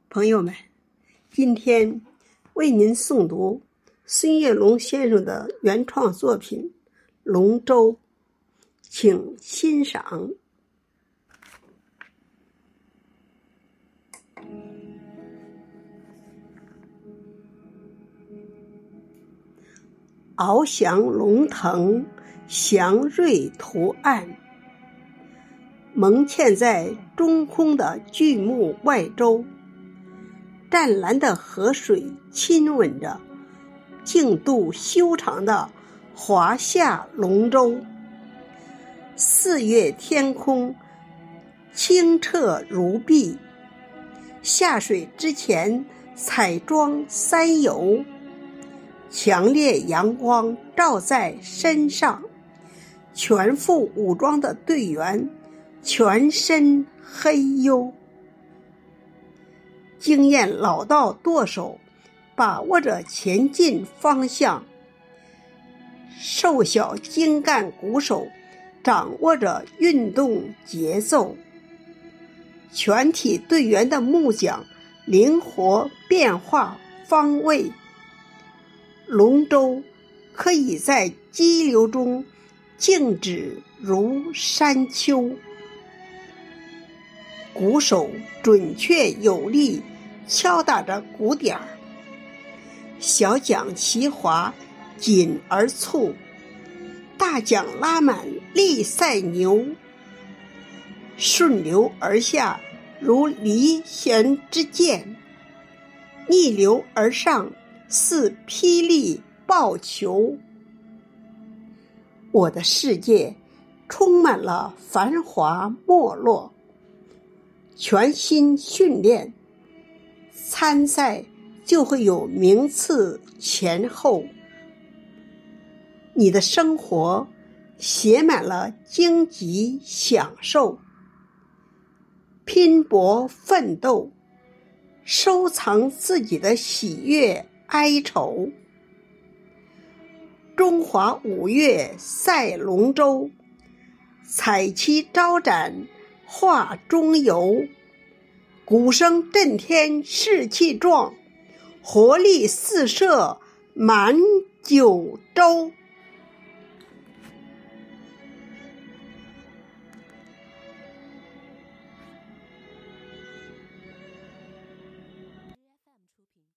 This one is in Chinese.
朋友们，今天为您诵读孙月龙先生的原创作品《龙舟》，请欣赏。翱翔龙腾，祥瑞图案，蒙嵌在中空的巨木外周，湛蓝的河水亲吻着净度修长的华夏龙舟。4月天空清澈如碧，下水之前彩妆三游，强烈阳光照在身上，全副武装的队员全身黑黝，经验老道舵手把握着前进方向，瘦小精干鼓手掌握着运动节奏，全体队员的木桨灵活变化方位，龙舟可以在激流中静止如山丘，鼓手准确有力敲打着鼓点儿，小桨齐划紧而促，大桨拉满力赛牛，顺流而下如离弦之箭，逆流而上似霹雳爆球。我的世界充满了繁华没落，全心训练，参赛就会有名次前后。你的生活写满了荆棘享受，拼搏奋斗，收藏自己的喜悦哀愁。中华5月赛龙舟，彩旗招展画中游，鼓声震天士气壮，活力四射满九州。